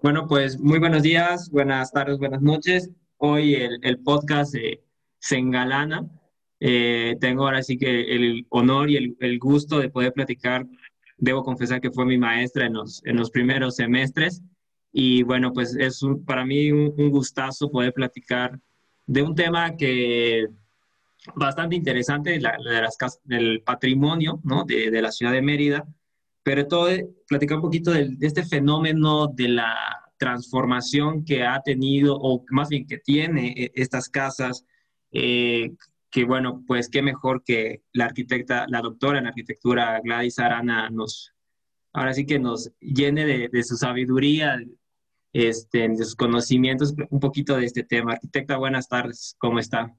Bueno, pues muy buenos días, buenas tardes, buenas noches. Hoy el podcast se engalana. Tengo ahora sí que el honor y el gusto de poder platicar. Debo confesar que fue mi maestra en los primeros semestres. Y bueno, pues para mí un gustazo poder platicar de un tema que bastante interesante, la de del patrimonio, ¿no? De la ciudad de Mérida, pero todo, platicar un poquito de este fenómeno de la transformación que ha tenido, o más bien que tiene estas casas, que bueno, pues qué mejor que la arquitecta, la doctora en arquitectura Gladys Arana ahora sí que nos llene de su sabiduría, de sus conocimientos, un poquito de este tema. Arquitecta, buenas tardes, ¿cómo está?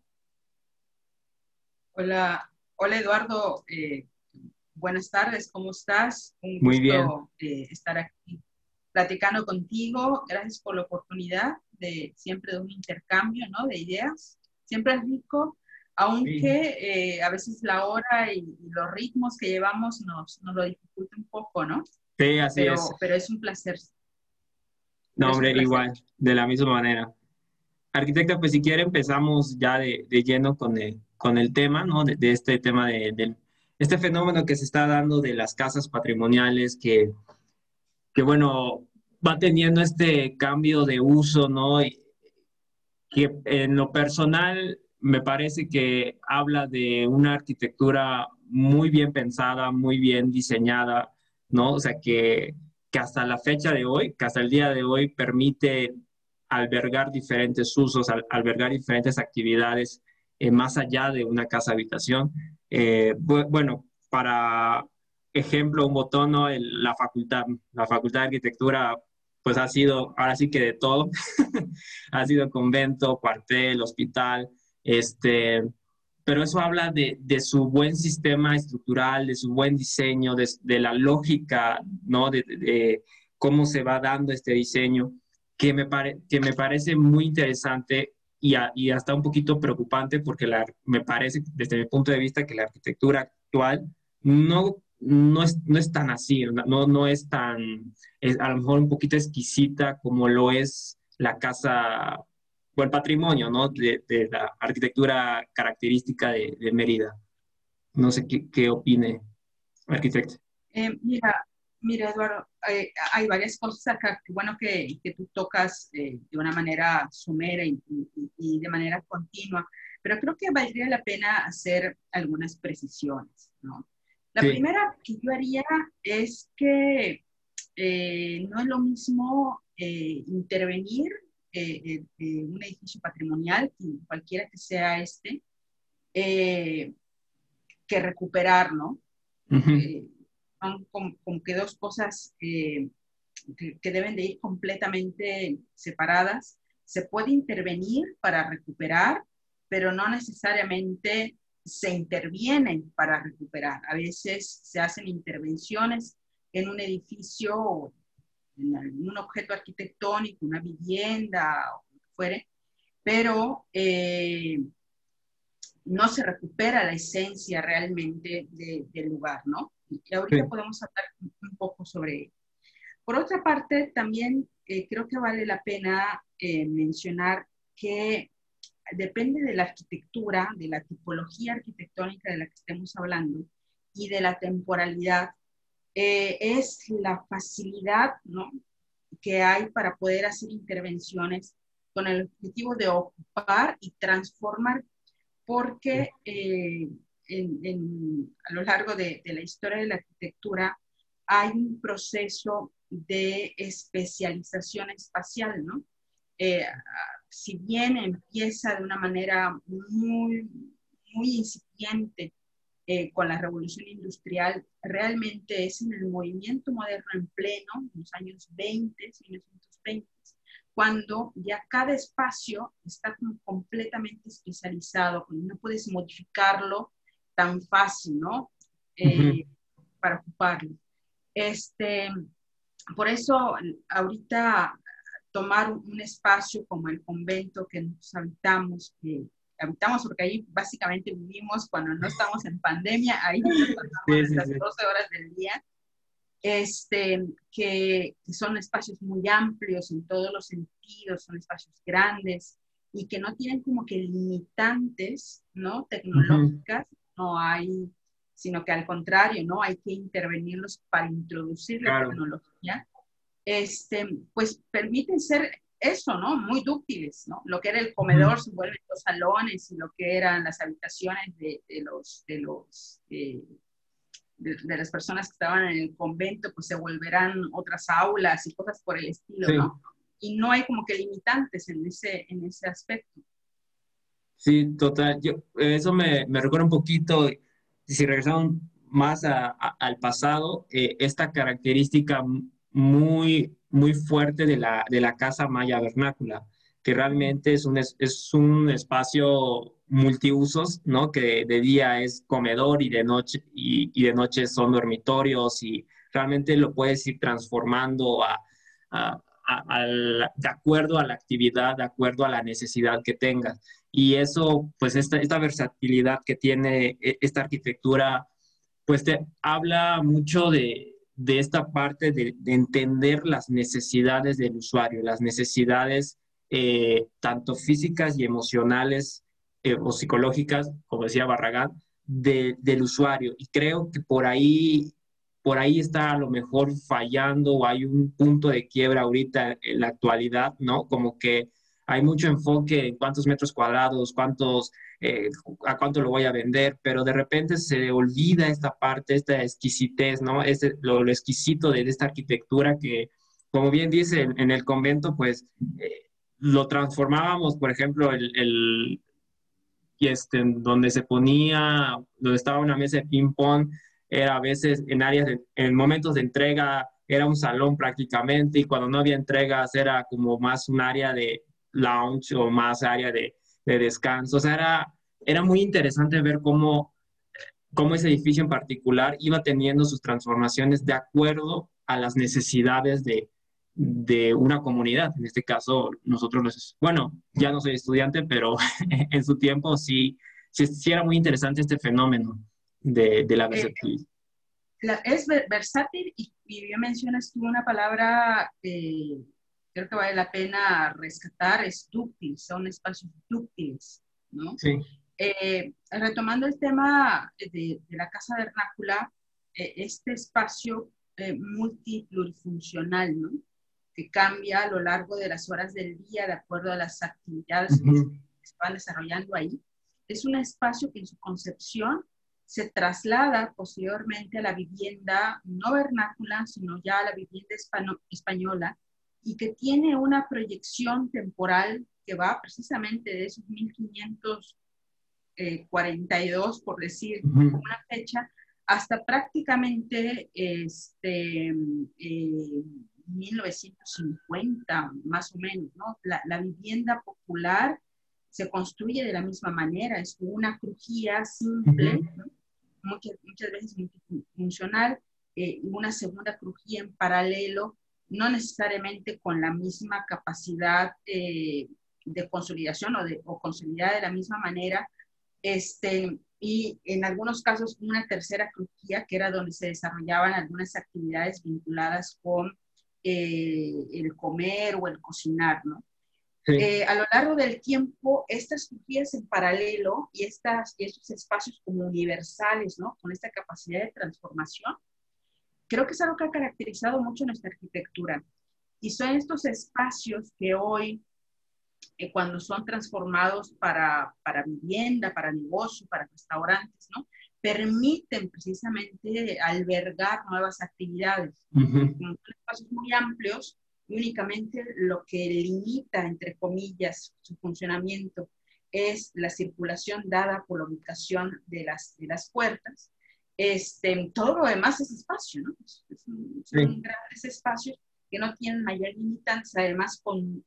Hola, hola Eduardo, buenas tardes, ¿cómo estás? Un Muy bien. gusto estar aquí platicando contigo. Gracias por la oportunidad de siempre de un intercambio, ¿no? De ideas. Siempre es rico, Sí. aunque a veces la hora y los ritmos que llevamos nos lo dificulta un poco, ¿no? Sí, así es. Pero es un placer, pero No, es un hombre, placer. igual, de la misma manera. Arquitecta, pues si quiere empezamos ya de lleno con el tema, ¿no? De este tema este fenómeno que se está dando de las casas patrimoniales que bueno, va teniendo este cambio de uso, ¿no? Y que en lo personal me parece que habla de una arquitectura muy bien pensada, muy bien diseñada, ¿no? O sea, que hasta la fecha de hoy, que hasta el día de hoy permite albergar diferentes usos, albergar diferentes actividades más allá de una casa habitación. Bueno, para ejemplo, un botón, ¿no? La facultad de arquitectura, pues ha sido ahora sí que de todo. Ha sido convento, cuartel, hospital, este, pero eso habla de su buen sistema estructural, de su buen diseño, de la lógica, ¿no? De cómo se va dando este diseño, que me parece muy interesante y hasta un poquito preocupante porque me parece, desde mi punto de vista, que la arquitectura actual no es tan así, no es tan, es a lo mejor un poquito exquisita como lo es la casa o el patrimonio, ¿no? De la arquitectura característica de Mérida. No sé qué opine, arquitecto. Mira, mira, Eduardo, hay varias cosas acá, que bueno que tú tocas de una manera somera y de manera continua, pero creo que valdría la pena hacer algunas precisiones, ¿no? La Sí, primera que yo haría es que no es lo mismo intervenir un edificio patrimonial, cualquiera que sea este, eh, que recuperar, ¿no? ujú, eh, Son como que dos cosas que deben de ir completamente separadas. Se puede intervenir para recuperar, pero no necesariamente se intervienen para recuperar. A veces se hacen intervenciones en un edificio, en un objeto arquitectónico, una vivienda o lo que fuere, pero no se recupera la esencia realmente del lugar, ¿no? Y ahorita sí, podemos hablar un poco sobre ello. Por otra parte, también creo que vale la pena mencionar que depende de la arquitectura, de la tipología arquitectónica de la que estemos hablando y de la temporalidad, es la facilidad, ¿no? Que hay para poder hacer intervenciones con el objetivo de ocupar y transformar sí, porque a lo largo de la historia de la arquitectura hay un proceso de especialización espacial, ¿no? Si bien empieza de una manera muy incipiente con la revolución industrial, realmente es en el movimiento moderno en pleno, en los años 20, 1920, cuando ya cada espacio está como completamente especializado, cuando no puedes modificarlo tan fácil, ¿no? ujú, Eh, para ocuparlo. Este, por eso, ahorita tomar un espacio como el convento que nos habitamos porque ahí básicamente vivimos cuando no estamos en pandemia, ahí nos pasamos sí, sí, esas sí. 12 horas del día. que son espacios muy amplios en todos los sentidos, son espacios grandes y que no tienen como que limitantes, ¿no? Ujú. Tecnológicas, no hay, sino que al contrario, ¿no? Hay que intervenirlos para introducir la Claro, tecnología, pues permiten ser eso, ¿no? Muy dúctiles, ¿no? Lo que era el ujú. comedor se vuelven los salones y lo que eran las habitaciones de las personas que estaban en el convento, pues se volverán otras aulas y cosas por el estilo, Sí, ¿no? Y no hay como que limitantes en ese aspecto. sí, total. Eso me recuerda un poquito, si regresamos más al pasado, esta característica muy, muy fuerte de la casa maya vernácula, que realmente es un espacio multiusos, ¿no? Que de día es comedor y y de noche son dormitorios y realmente lo puedes ir transformando de acuerdo a la actividad, de acuerdo a la necesidad que tengas. Y eso, pues esta versatilidad que tiene esta arquitectura, pues te habla mucho de esta parte de entender las necesidades del usuario, las necesidades tanto físicas y emocionales o psicológicas, como decía Barragán, del usuario. Y creo que por ahí está a lo mejor fallando o hay un punto de quiebra ahorita en la actualidad, ¿no? Como que hay mucho enfoque en cuántos metros cuadrados, eh, a cuánto lo voy a vender, pero de repente se olvida esta parte, esta exquisitez, ¿no? Lo exquisito de esta arquitectura que, como bien dice, en el convento, pues lo transformábamos, por ejemplo, donde se ponía, donde estaba una mesa de ping-pong, era a veces en momentos de entrega, era un salón prácticamente, y cuando no había entregas era como más un área de lounge o más área de descanso. O sea, era muy interesante ver cómo ese edificio en particular iba teniendo sus transformaciones de acuerdo a las necesidades de una comunidad. En este caso, bueno, ya no soy estudiante, pero en su tiempo sí era muy interesante este fenómeno de la Eh, versatilidad. es versátil y bien mencionas tú una palabra que creo que vale la pena rescatar, es dúctil, son espacios dúctiles, ¿no? Sí. Retomando el tema de la casa vernácula, este espacio multiplurifuncional, ¿no? Que cambia a lo largo de las horas del día de acuerdo a las actividades que Ujú, se van desarrollando ahí. Es un espacio que en su concepción se traslada posteriormente a la vivienda no vernácula, sino ya a la vivienda española, y que tiene una proyección temporal que va precisamente de esos 1542, por decir ujú, una fecha, hasta prácticamente 1950, más o menos, ¿no? La vivienda popular se construye de la misma manera, es una crujía simple, ujú. ¿no? Muchas veces multifuncional, una segunda crujía en paralelo, no necesariamente con la misma capacidad de consolidación o consolidada de la misma manera, y en algunos casos una tercera crujía, que era donde se desarrollaban algunas actividades vinculadas con el comer o el cocinar, ¿no? Sí. A lo largo del tiempo, estas crujías en paralelo y estos espacios como universales, ¿no? Con esta capacidad de transformación, creo que es algo que ha caracterizado mucho nuestra arquitectura. Y son estos espacios que hoy, cuando son transformados para vivienda, para negocio, para restaurantes, ¿no? Permiten precisamente albergar nuevas actividades, ¿no? Ujú. Como son espacios muy amplios y únicamente lo que limita, entre comillas, su funcionamiento es la circulación dada por la ubicación de las puertas. Todo lo demás es espacio, ¿no? Son Sí. grandes espacios que no tienen mayor limitantes, además con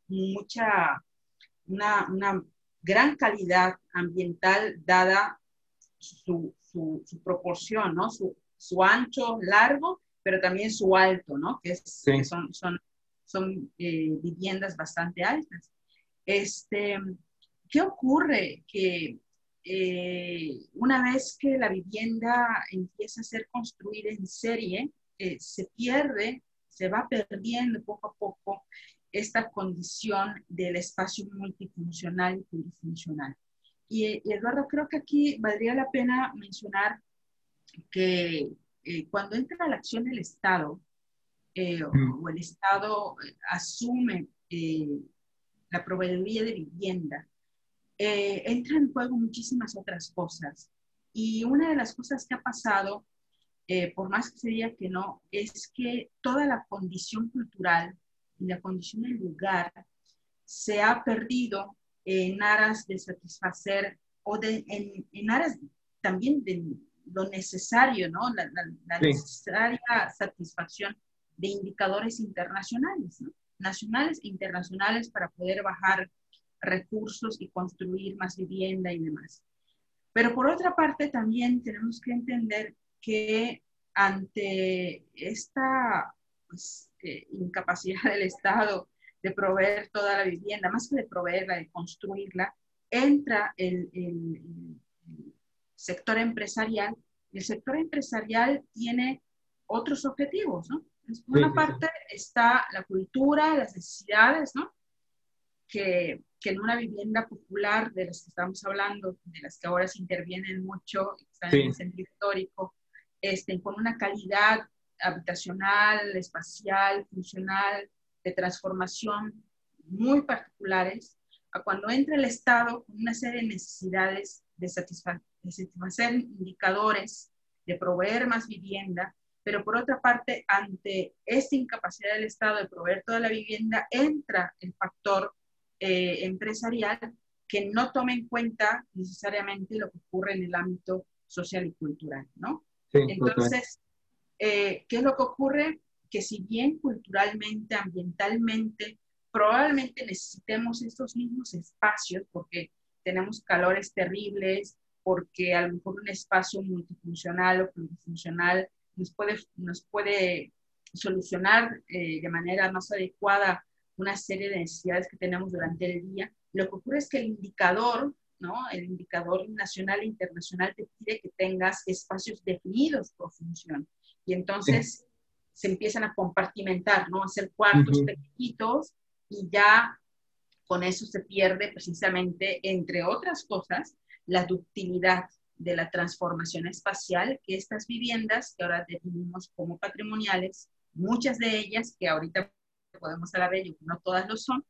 una gran calidad ambiental dada su proporción, ¿no? Su ancho, largo, pero también su alto, ¿no? Que Sí. son viviendas bastante altas. Este, ¿Qué ocurre? Que una vez que la vivienda empieza a ser construida en serie, se pierde, se va perdiendo poco a poco esta condición del espacio multifuncional y plurifuncional. Y Eduardo, creo que aquí valdría la pena mencionar que cuando entra la acción del Estado, o el Estado asume la proveeduría de vivienda, entra en juego muchísimas otras cosas. Y una de las cosas que ha pasado, por más que se diga que no, es que toda la condición cultural y la condición del lugar se ha perdido en aras de satisfacer o en aras también de lo necesario, ¿no? La Sí, necesaria satisfacción de indicadores internacionales, ¿no? Nacionales e internacionales para poder bajar recursos y construir más vivienda y demás. Pero por otra parte, también tenemos que entender que ante esta pues, incapacidad del Estado de proveer toda la vivienda, más que de proveerla, de construirla, entra el sector empresarial. El sector empresarial tiene otros objetivos, ¿no? Por sí, una sí, sí. parte está la cultura, las necesidades, ¿no? Que en una vivienda popular de las que estamos hablando, de las que ahora se intervienen mucho, están en Sí, el centro histórico, con una calidad habitacional, espacial, funcional, de transformación muy particulares, a cuando entra el Estado con una serie de necesidades de satisfacer indicadores, de proveer más vivienda, pero por otra parte, ante esta incapacidad del Estado de proveer toda la vivienda, entra el factor empresarial que no toma en cuenta necesariamente lo que ocurre en el ámbito social y cultural, ¿no? sí, total. Entonces, ¿qué es lo que ocurre? Que si bien culturalmente, ambientalmente, probablemente necesitemos estos mismos espacios porque tenemos calores terribles, porque a lo mejor un espacio multifuncional o plurifuncional nos puede solucionar de manera más adecuada una serie de necesidades que tenemos durante el día. Lo que ocurre es que el indicador, ¿no? El indicador nacional e internacional te pide que tengas espacios definidos por función. Y Sí. entonces se empiezan a compartimentar, ¿no? A hacer cuartos Ujú. pequeñitos y ya con eso se pierde precisamente, entre otras cosas, la ductilidad de la transformación espacial que estas viviendas, que ahora definimos como patrimoniales, muchas de ellas, que ahorita podemos hablar de ello, no todas lo son,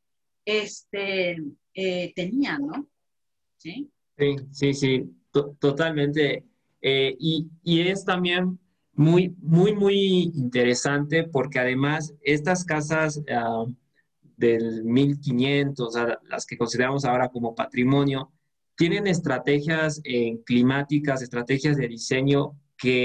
tenían, ¿no? ¿Sí? Sí, sí, sí, totalmente. Y es también muy interesante porque además estas casas del 1500, o sea, las que consideramos ahora como patrimonio, tienen estrategias climáticas, estrategias de diseño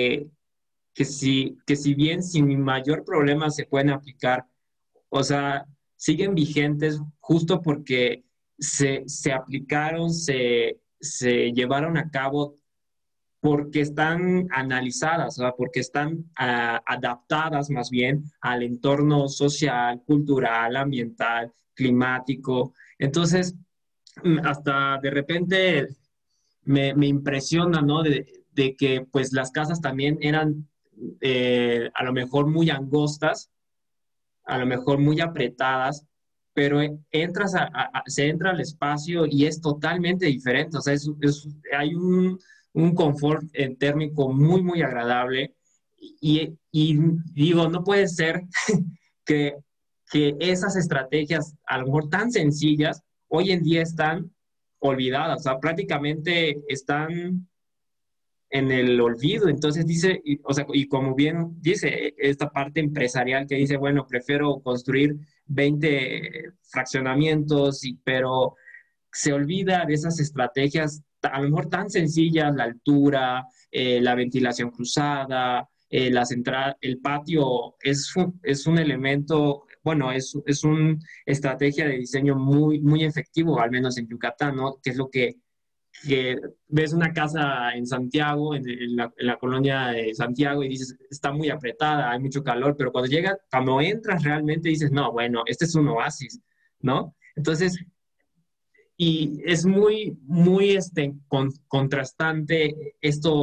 que si bien sin mayor problema se pueden aplicar, o sea, siguen vigentes justo porque se aplicaron, se llevaron a cabo porque están analizadas, o sea, porque están adaptadas más bien al entorno social, cultural, ambiental, climático. Entonces, hasta de repente me impresiona, ¿no? De que pues las casas también eran a lo mejor muy angostas, a lo mejor muy apretadas, pero se entra al espacio y es totalmente diferente, o sea, hay un confort térmico muy agradable y digo, no puede ser que, que esas estrategias, a lo mejor tan sencillas, hoy en día están olvidadas, o sea, prácticamente están en el olvido. Entonces dice, o sea, y como bien dice esta parte empresarial que dice, bueno, prefiero construir 20 fraccionamientos, pero se olvida de esas estrategias a lo mejor tan sencillas, la altura, la ventilación cruzada, el patio es un elemento, bueno, es una estrategia de diseño muy efectivo, al menos en Yucatán, ¿no? Que es lo que ves una casa en Santiago, en la colonia de Santiago, y dices, está muy apretada, hay mucho calor, pero cuando entras realmente dices, no, bueno, este es un oasis, ¿no? Entonces, y es muy contrastante esto,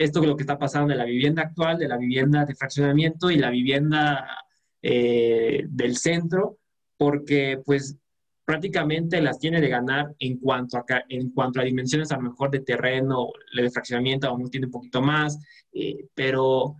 esto es lo que está pasando de la vivienda actual, de la vivienda de fraccionamiento y la vivienda del centro, porque pues prácticamente las tiene de ganar en cuanto a dimensiones a lo mejor de terreno, de fraccionamiento aún tiene un poquito más, pero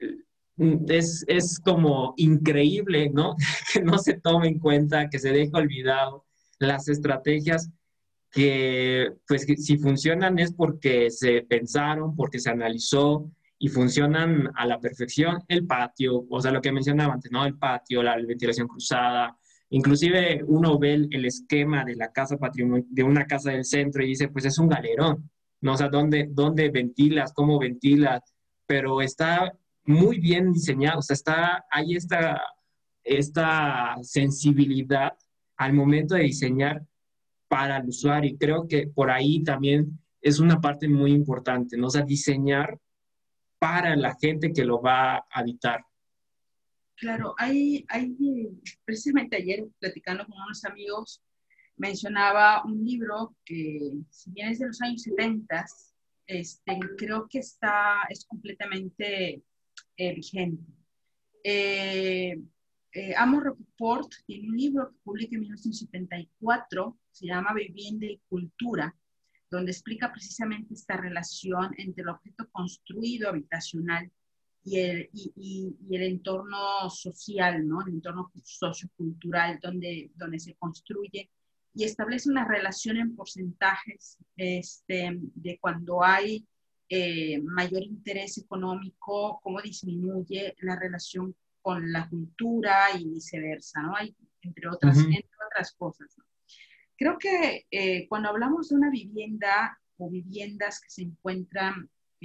es como increíble, ¿no? Que no se tome en cuenta, que se deje olvidado las estrategias que, pues, que si funcionan es porque se pensaron, porque se analizó y funcionan a la perfección. El patio, o sea, lo que mencionaba antes, ¿no? El patio, la ventilación cruzada. Inclusive uno ve el esquema de la casa patrimonio, de una casa del centro y dice, pues es un galerón, ¿no? O sea, ¿dónde ventilas? ¿Cómo ventilas? Pero está muy bien diseñado, o sea, hay esta sensibilidad al momento de diseñar para el usuario. Y creo que por ahí también es una parte muy importante, ¿no? O sea, diseñar para la gente que lo va a habitar. Claro, precisamente ayer platicando con unos amigos, mencionaba un libro que, si bien es de los años 70, creo que es completamente vigente. Eh, Amos Rappaport tiene un libro que publica en 1974, se llama Vivienda y Cultura, donde explica precisamente esta relación entre el objeto construido habitacional y el entorno social, ¿no? El entorno sociocultural donde se construye y establece una relación en porcentajes de cuando hay mayor interés económico, cómo disminuye la relación con la cultura y viceversa, ¿no? Hay, Uh -huh. entre otras cosas, ¿no? Creo que cuando hablamos de una vivienda o viviendas que se encuentran,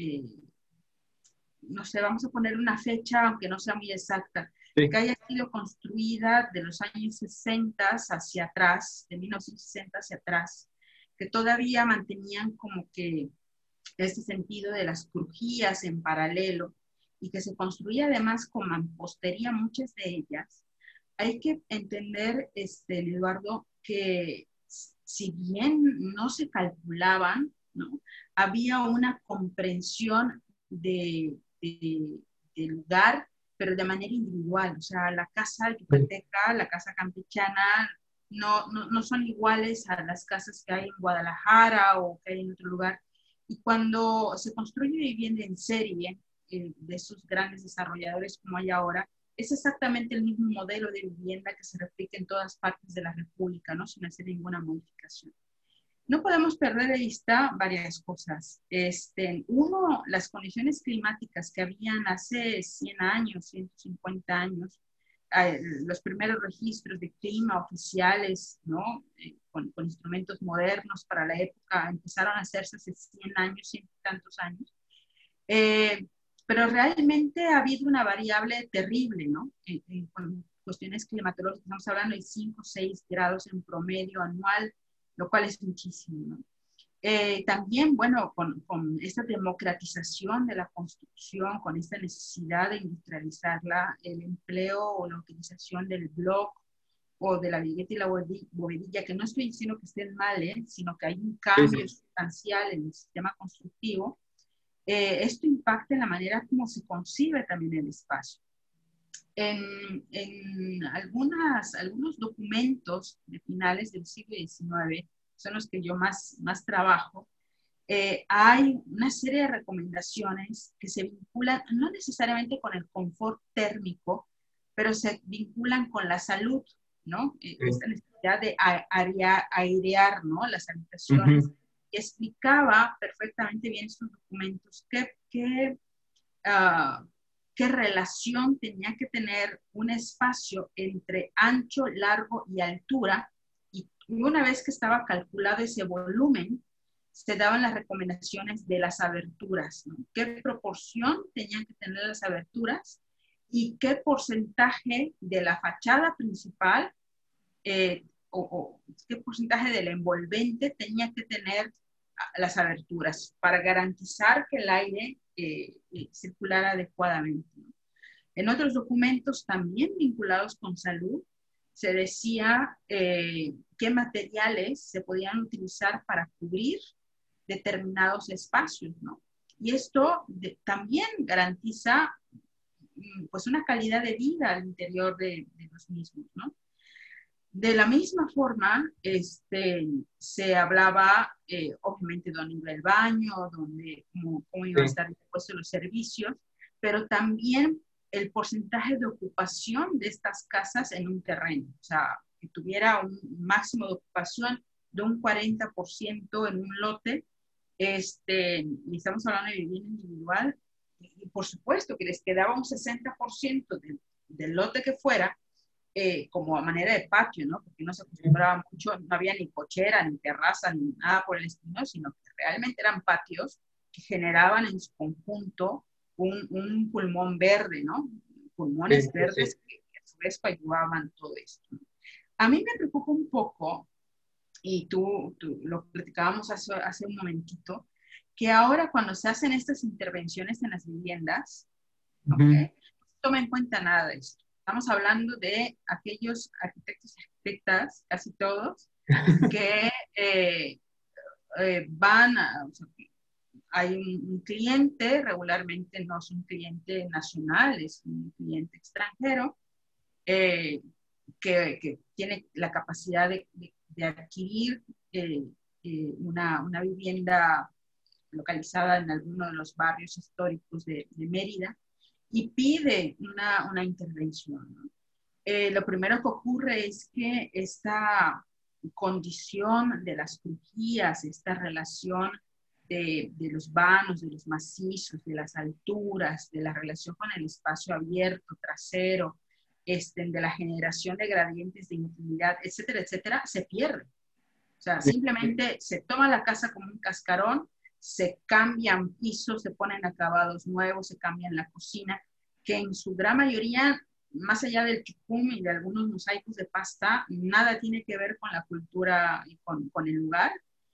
no sé, vamos a poner una fecha, aunque no sea muy exacta, Sí. que haya sido construida de los años 60 hacia atrás, de 1960 hacia atrás, que todavía mantenían como que ese sentido de las crujías en paralelo y que se construía además con mampostería, muchas de ellas. Hay que entender, Eduardo, que si bien no se calculaban, ¿no? Había una comprensión del lugar, pero de manera individual. O sea, la casa yucateca, la casa campechana, no son iguales a las casas que hay en Guadalajara o que hay en otro lugar. Y cuando se construye vivienda en serie de esos grandes desarrolladores como hay ahora, es exactamente el mismo modelo de vivienda que se replica en todas partes de la República, ¿no? Sin hacer ninguna modificación. No podemos perder de vista varias cosas. Uno, las condiciones climáticas que habían hace 100 años, 150 años, los primeros registros de clima oficiales, ¿no? Con instrumentos modernos para la época, empezaron a hacerse hace 100 años, 100 y tantos años. Pero realmente ha habido una variable terrible, ¿no? Con cuestiones climatológicas, estamos hablando de 5 o 6 grados en promedio anual, lo cual es muchísimo, ¿no? También, bueno, con esta democratización de la construcción, con esta necesidad de industrializarla, el empleo o la utilización del block o de la vigueta y la bovedilla, que no estoy diciendo que estén mal, sino que hay un Sí, cambio sí. sustancial en el sistema constructivo. Esto impacta en la manera como se concibe también el espacio. En algunos documentos de finales del siglo XIX, son los que yo más trabajo, hay una serie de recomendaciones que se vinculan no necesariamente con el confort térmico, pero se vinculan con la salud, ¿no? Sí. Esta necesidad de airear, ¿no? Las Uh habitaciones. -huh. Explicaba perfectamente bien estos documentos uh, qué relación tenía que tener un espacio entre ancho, largo y altura. Y una vez que estaba calculado ese volumen, se daban las recomendaciones de las aberturas, ¿no? ¿Qué proporción tenían que tener las aberturas y qué porcentaje de la fachada principal o qué porcentaje del envolvente tenía que tener las aberturas para garantizar que el aire circulara adecuadamente, ¿no? En otros documentos también vinculados con salud, se decía qué materiales se podían utilizar para cubrir determinados espacios, ¿no? Y esto también garantiza pues una calidad de vida al interior de los mismos, ¿no? De la misma forma, se hablaba, obviamente, dónde iba el baño, cómo iban a estar dispuestos los servicios, pero también el porcentaje de ocupación de estas casas en un terreno. O sea, que tuviera un máximo de ocupación de un 40% en un lote, y estamos hablando de vivienda individual, y por supuesto que les quedaba un 60% del lote que fuera, como a manera de patio, ¿no? Porque no se acostumbraba mucho, no había ni cochera, ni terraza, ni nada por el estilo, sino que realmente eran patios que generaban en su conjunto un pulmón verde, ¿no? Sí, Pulmones sí, sí. verdes que a su vez ayudaban todo esto. A mí me preocupa un poco, y tú lo platicábamos hace un momentito, que ahora cuando se hacen estas intervenciones en las viviendas, ¿ok? Ujú. No se toma en cuenta nada de esto. Estamos hablando de aquellos arquitectos y arquitectas, casi todos, que van a, o sea, hay un cliente, regularmente no es un cliente nacional, es un cliente extranjero, eh, que tiene la capacidad de adquirir una vivienda localizada en alguno de los barrios históricos de Mérida y pide una intervención, ¿no? Lo primero que ocurre es que esta condición de las crujías, esta relación de los vanos, de los macizos, de las alturas, de la relación con el espacio abierto, trasero, de la generación de gradientes de intimidad, etcétera, etcétera, se pierde. O sea, simplemente se toma la casa como un cascarón, se cambian pisos, se ponen acabados nuevos, se cambian la cocina, que en su gran mayoría, más allá del chucum y de algunos mosaicos de pasta, nada tiene que ver con la cultura y con el lugar.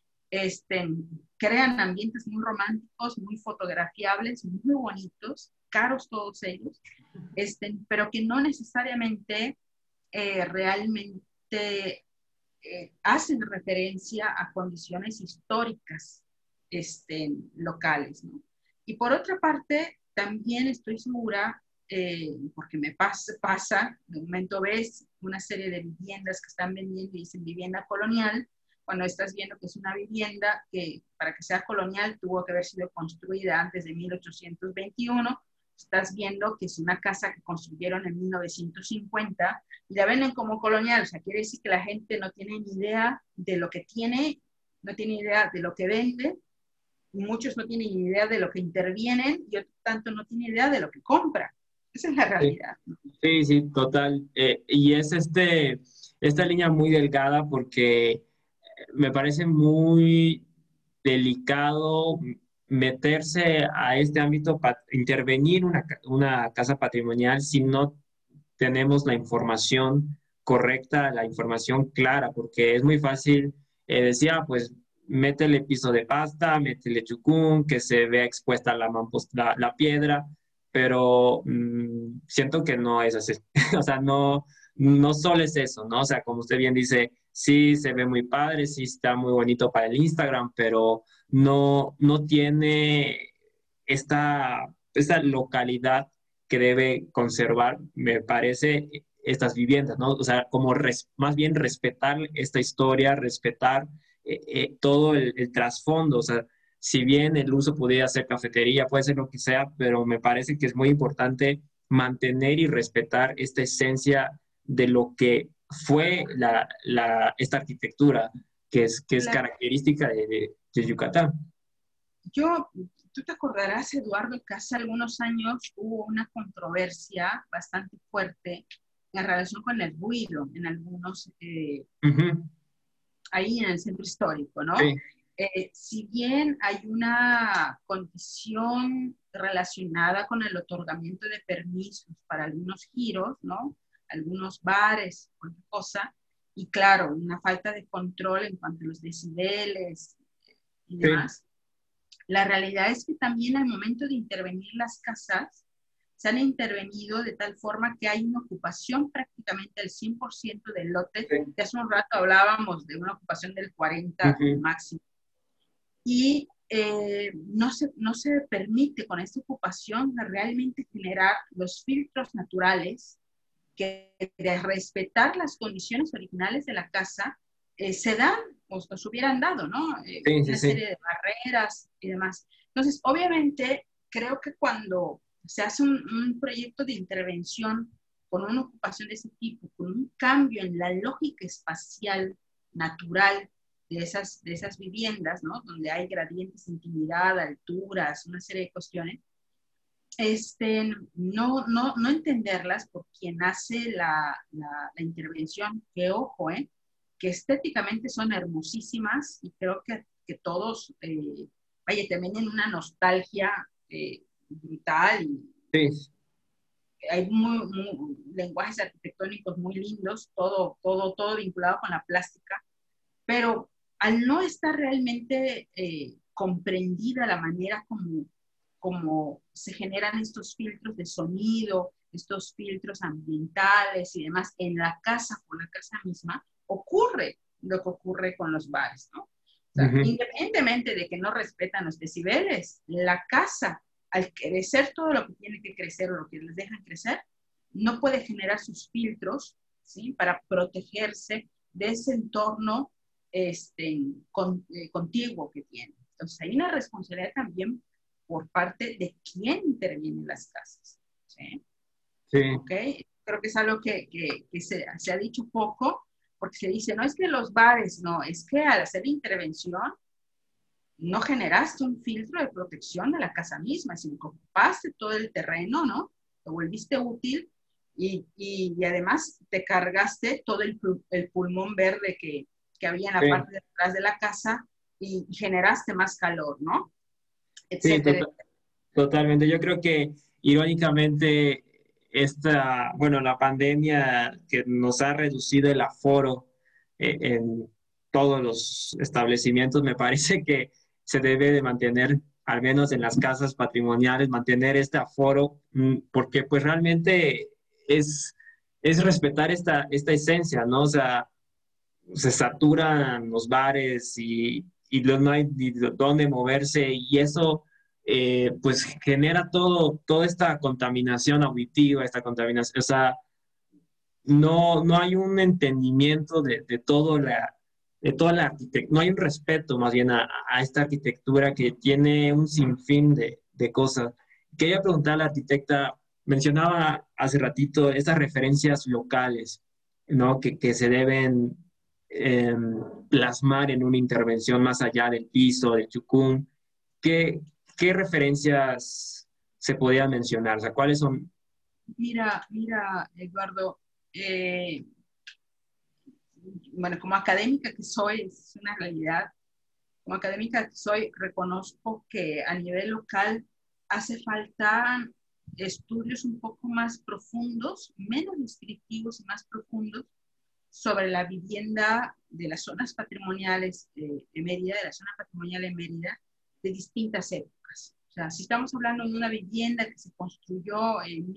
Crean ambientes muy románticos, muy fotografiables, muy bonitos, caros todos ellos, pero que no necesariamente realmente hacen referencia a condiciones históricas locales, ¿no? Y por otra parte, también estoy segura, porque me pasa, de momento ves una serie de viviendas que están vendiendo y dicen vivienda colonial, cuando estás viendo que es una vivienda que para que sea colonial tuvo que haber sido construida antes de 1821, estás viendo que es una casa que construyeron en 1950 y la venden como colonial, o sea, quiere decir que la gente no tiene ni idea de lo que tiene, no tiene idea de lo que vende, muchos no tienen ni idea de lo que intervienen y otro tanto no tienen idea de lo que compran. Esa es la Sí, realidad, ¿no? sí, sí, total. Y es esta línea muy delgada porque me parece muy delicado meterse a este ámbito, intervenir una casa patrimonial si no tenemos la información correcta, la información clara, porque es muy fácil decir, ah, pues métele piso de pasta, métele chucún, que se vea expuesta la piedra, pero siento que no es así. O sea, no, no solo es eso, ¿no? O sea, como usted bien dice, sí se ve muy padre, sí está muy bonito para el Instagram, pero no tiene esta localidad que debe conservar, me parece, estas viviendas, ¿no? O sea, como más bien respetar esta historia, respetar todo el trasfondo, o sea, si bien el uso pudiera ser cafetería, puede ser lo que sea, pero me parece que es muy importante mantener y respetar esta esencia de lo que fue esta arquitectura, que es La, característica de Yucatán. yo, tú te acordarás, Eduardo, que hace algunos años hubo una controversia bastante fuerte en relación con el ruido en algunos Ujú. ahí en el centro histórico, ¿no? Sí, Si bien hay una condición relacionada con el otorgamiento de permisos para algunos giros, ¿no? Algunos bares, cualquier cosa, y claro, una falta de control en cuanto a los decibeles y sí, demás, la realidad es que también al momento de intervenir las casas, se han intervenido de tal forma que hay una ocupación prácticamente del 100% del lote, sí. que hace un rato hablábamos de una ocupación del 40% Ujú. máximo. Y no se permite con esta ocupación realmente generar los filtros naturales que de respetar las condiciones originales de la casa se dan o se hubieran dado, ¿no? Sí, sí, Una sí. serie de barreras y demás. Entonces, obviamente, creo que cuando se hace un proyecto de intervención con una ocupación de ese tipo, con un cambio en la lógica espacial natural de esas viviendas, ¿no? Donde hay gradientes de intimidad, alturas, una serie de cuestiones, no entenderlas por quien hace la intervención, que ojo, que estéticamente son hermosísimas y creo que todos, vaya, también en una nostalgia brutal y Sí, hay lenguajes arquitectónicos muy lindos, todo vinculado con la plástica, pero al no estar realmente comprendida la manera como se generan estos filtros de sonido, estos filtros ambientales y demás en la casa, con la casa misma, ocurre lo que ocurre con los bares, ¿no? O sea, ujú. independientemente de que no respetan los decibeles, la casa, al crecer todo lo que tiene que crecer o lo que les dejan crecer, no puede generar sus filtros, ¿sí? Para protegerse de ese entorno contiguo que tiene. Entonces, hay una responsabilidad también por parte de quién interviene en las casas. ¿Sí? Sí, ¿Ok? Creo que es algo que se ha dicho poco, porque se dice, no es que los bares, no, es que al hacer intervención no generaste un filtro de protección de la casa misma, sino que ocupaste todo el terreno, ¿no? Te volviste útil y además te cargaste todo el pulmón verde que había en la sí, parte de atrás de la casa y generaste más calor, ¿no? sí, Etcétera. totalmente. Yo creo que irónicamente bueno, la pandemia que nos ha reducido el aforo en todos los establecimientos, me parece que se debe de mantener, al menos en las casas patrimoniales, mantener este aforo, porque pues realmente es, es respetar esta esencia, ¿no? O sea, se saturan los bares y no hay ni dónde moverse y eso pues genera toda esta contaminación auditiva, esta contaminación, o sea, no hay un entendimiento de toda la arquitectura, no hay un respeto más bien a esta arquitectura que tiene un sinfín de cosas. Quería preguntar a la arquitecta, mencionaba hace ratito estas referencias locales, ¿no? Que se deben eh, plasmar en una intervención más allá del piso, del chucún. ¿Qué, qué referencias se podían mencionar? O sea, ¿cuáles son? Mira, Eduardo, eh, bueno, como académica que soy, es una realidad, como académica que soy, reconozco que a nivel local hace falta estudios un poco más profundos, menos descriptivos y más profundos sobre la vivienda de las zonas patrimoniales de Mérida, de la zona patrimonial de Mérida, de distintas épocas. O sea, si estamos hablando de una vivienda que se construyó en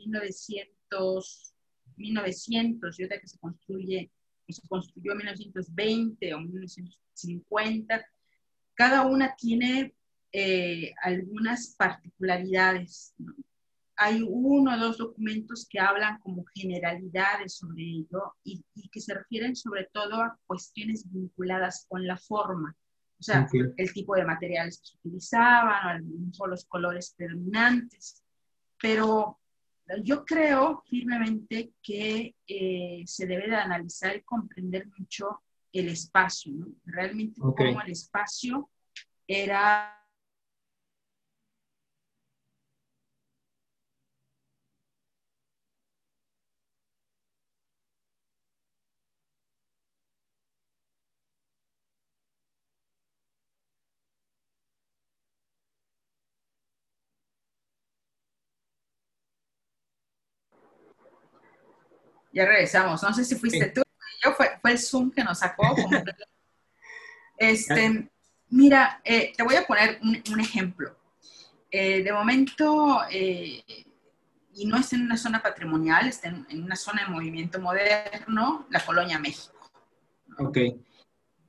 1900 y otra que se construyó en 1920 o 1950, cada una tiene algunas particularidades, ¿no? Hay uno o dos documentos que hablan como generalidades sobre ello y que se refieren sobre todo a cuestiones vinculadas con la forma, o sea, Ok. el tipo de materiales que se utilizaban, algunos o los colores predominantes, pero yo creo firmemente que se debe de analizar y comprender mucho el espacio, ¿no? Realmente Ok. cómo el espacio era. Ya regresamos, no sé si fuiste Sí. tú, yo fue el Zoom que nos sacó como este, mira, te voy a poner un ejemplo. De momento, y no está en una zona patrimonial, está en una zona de movimiento moderno, la Colonia México, ¿no? Ok.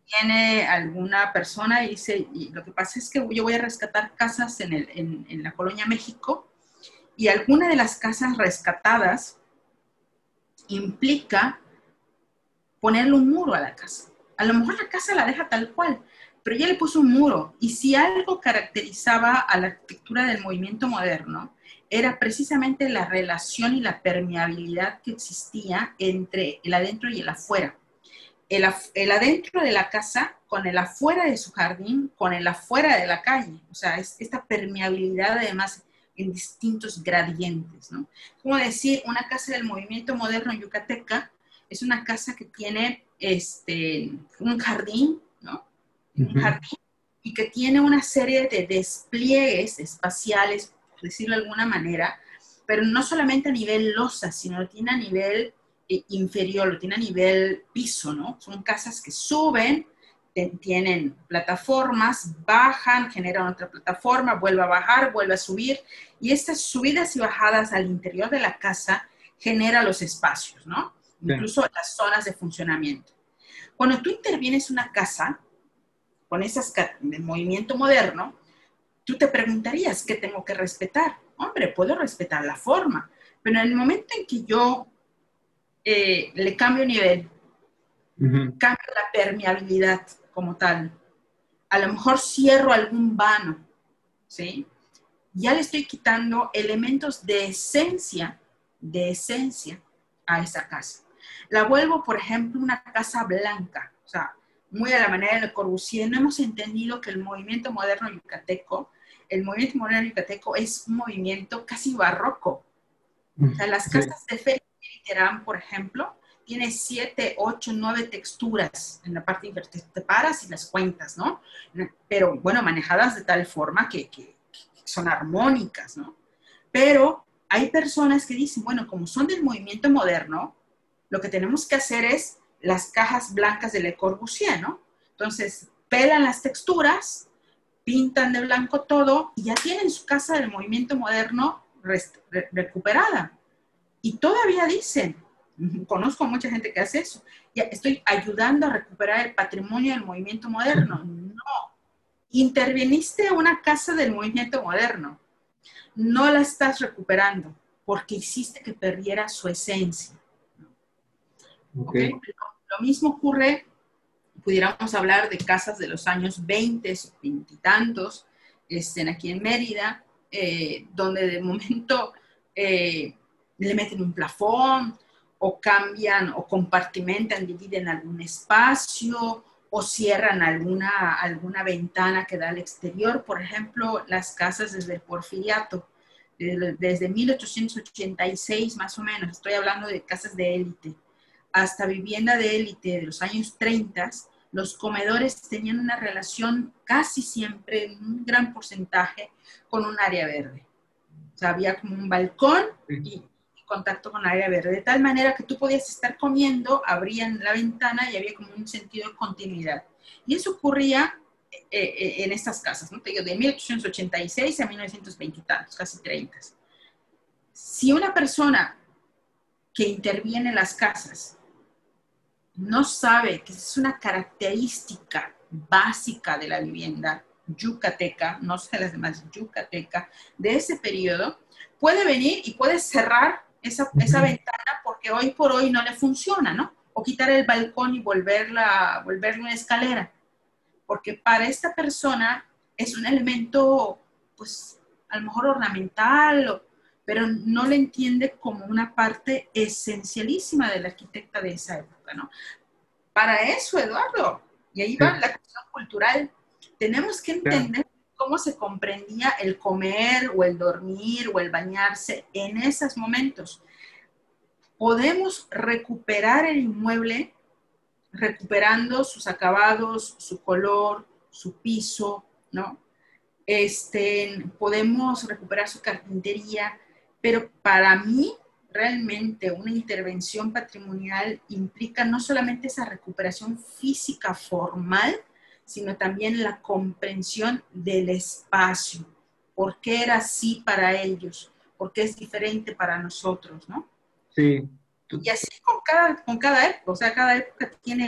viene alguna persona y dice, y lo que pasa es que yo voy a rescatar casas en la Colonia México, y alguna de las casas rescatadas implica ponerle un muro a la casa. A lo mejor la casa la deja tal cual, pero ya le puso un muro. Y si algo caracterizaba a la arquitectura del movimiento moderno, era precisamente la relación y la permeabilidad que existía entre el adentro y el afuera. El adentro de la casa con el afuera de su jardín, con el afuera de la calle. O sea, es esta permeabilidad además en distintos gradientes, ¿no? Como decir, una casa del movimiento moderno yucateca es una casa que tiene un jardín, ¿no? Un Ujú. jardín y que tiene una serie de despliegues espaciales, por decirlo de alguna manera, pero no solamente a nivel losa, sino lo tiene a nivel inferior, lo tiene a nivel piso, ¿no? Son casas que suben, tienen plataformas, bajan, generan otra plataforma, vuelve a bajar, vuelve a subir, y estas subidas y bajadas al interior de la casa genera los espacios, ¿no? Sí. Incluso las zonas de funcionamiento. Cuando tú intervienes una casa con esas de movimiento moderno, tú te preguntarías, ¿qué tengo que respetar? Hombre, puedo respetar la forma, pero en el momento en que yo le cambio nivel, Ujú. cambio la permeabilidad como tal, a lo mejor cierro algún vano, ¿sí? Ya le estoy quitando elementos de esencia a esa casa. La vuelvo, por ejemplo, una casa blanca, o sea, muy a la manera de Le Corbusier. No hemos entendido que el movimiento moderno yucateco, es un movimiento casi barroco. O sea, las Sí. casas de Félix Terán, por ejemplo, tiene 7, 8, 9 texturas en la parte inferior. Te paras y las cuentas, ¿no? Pero bueno, manejadas de tal forma que son armónicas, ¿no? Pero hay personas que dicen, bueno, como son del movimiento moderno, lo que tenemos que hacer es las cajas blancas de Le Corbusier, ¿no? Entonces, pelan las texturas, pintan de blanco todo y ya tienen su casa del movimiento moderno recuperada. Y todavía dicen, conozco a mucha gente que hace eso, ya estoy ayudando a recuperar el patrimonio del movimiento moderno. No, interviniste en una casa del movimiento moderno, no la estás recuperando porque hiciste que perdiera su esencia. Ok. ¿Okay? Lo mismo ocurre, pudiéramos hablar de casas de los años 20, 20 y tantos, aquí en Mérida, donde de momento le meten un plafón o cambian o compartimentan, dividen algún espacio o cierran alguna ventana que da al exterior. Por ejemplo, las casas desde el Porfiriato, desde 1886 más o menos, estoy hablando de casas de élite, hasta vivienda de élite de los años 30, los comedores tenían una relación casi siempre, en un gran porcentaje, con un área verde. O sea, había como un balcón y contacto con área verde, de tal manera que tú podías estar comiendo, abrían la ventana y había como un sentido de continuidad. Y eso ocurría en estas casas, ¿no? Te digo, de 1886 a 1920 y tantos, casi 30. Si una persona que interviene en las casas no sabe que es una característica básica de la vivienda yucateca, no sé las demás, yucateca, de ese periodo, puede venir y puede cerrar esa Ujú. ventana porque hoy por hoy no le funciona, ¿no? O quitar el balcón y volverla una escalera, porque para esta persona es un elemento, pues, a lo mejor ornamental, pero no le entiende como una parte esencialísima de la arquitecta de esa época, ¿no? Para eso, Eduardo, y ahí va Sí. la cuestión cultural, tenemos que Claro. entender cómo se comprendía el comer o el dormir o el bañarse en esos momentos. Podemos recuperar el inmueble recuperando sus acabados, su color, su piso, ¿no? Podemos recuperar su carpintería, pero para mí realmente una intervención patrimonial implica no solamente esa recuperación física formal, sino también la comprensión del espacio. ¿Por qué era así para ellos? ¿Por qué es diferente para nosotros? ¿No? Sí. Y así con cada época, o sea, cada época tiene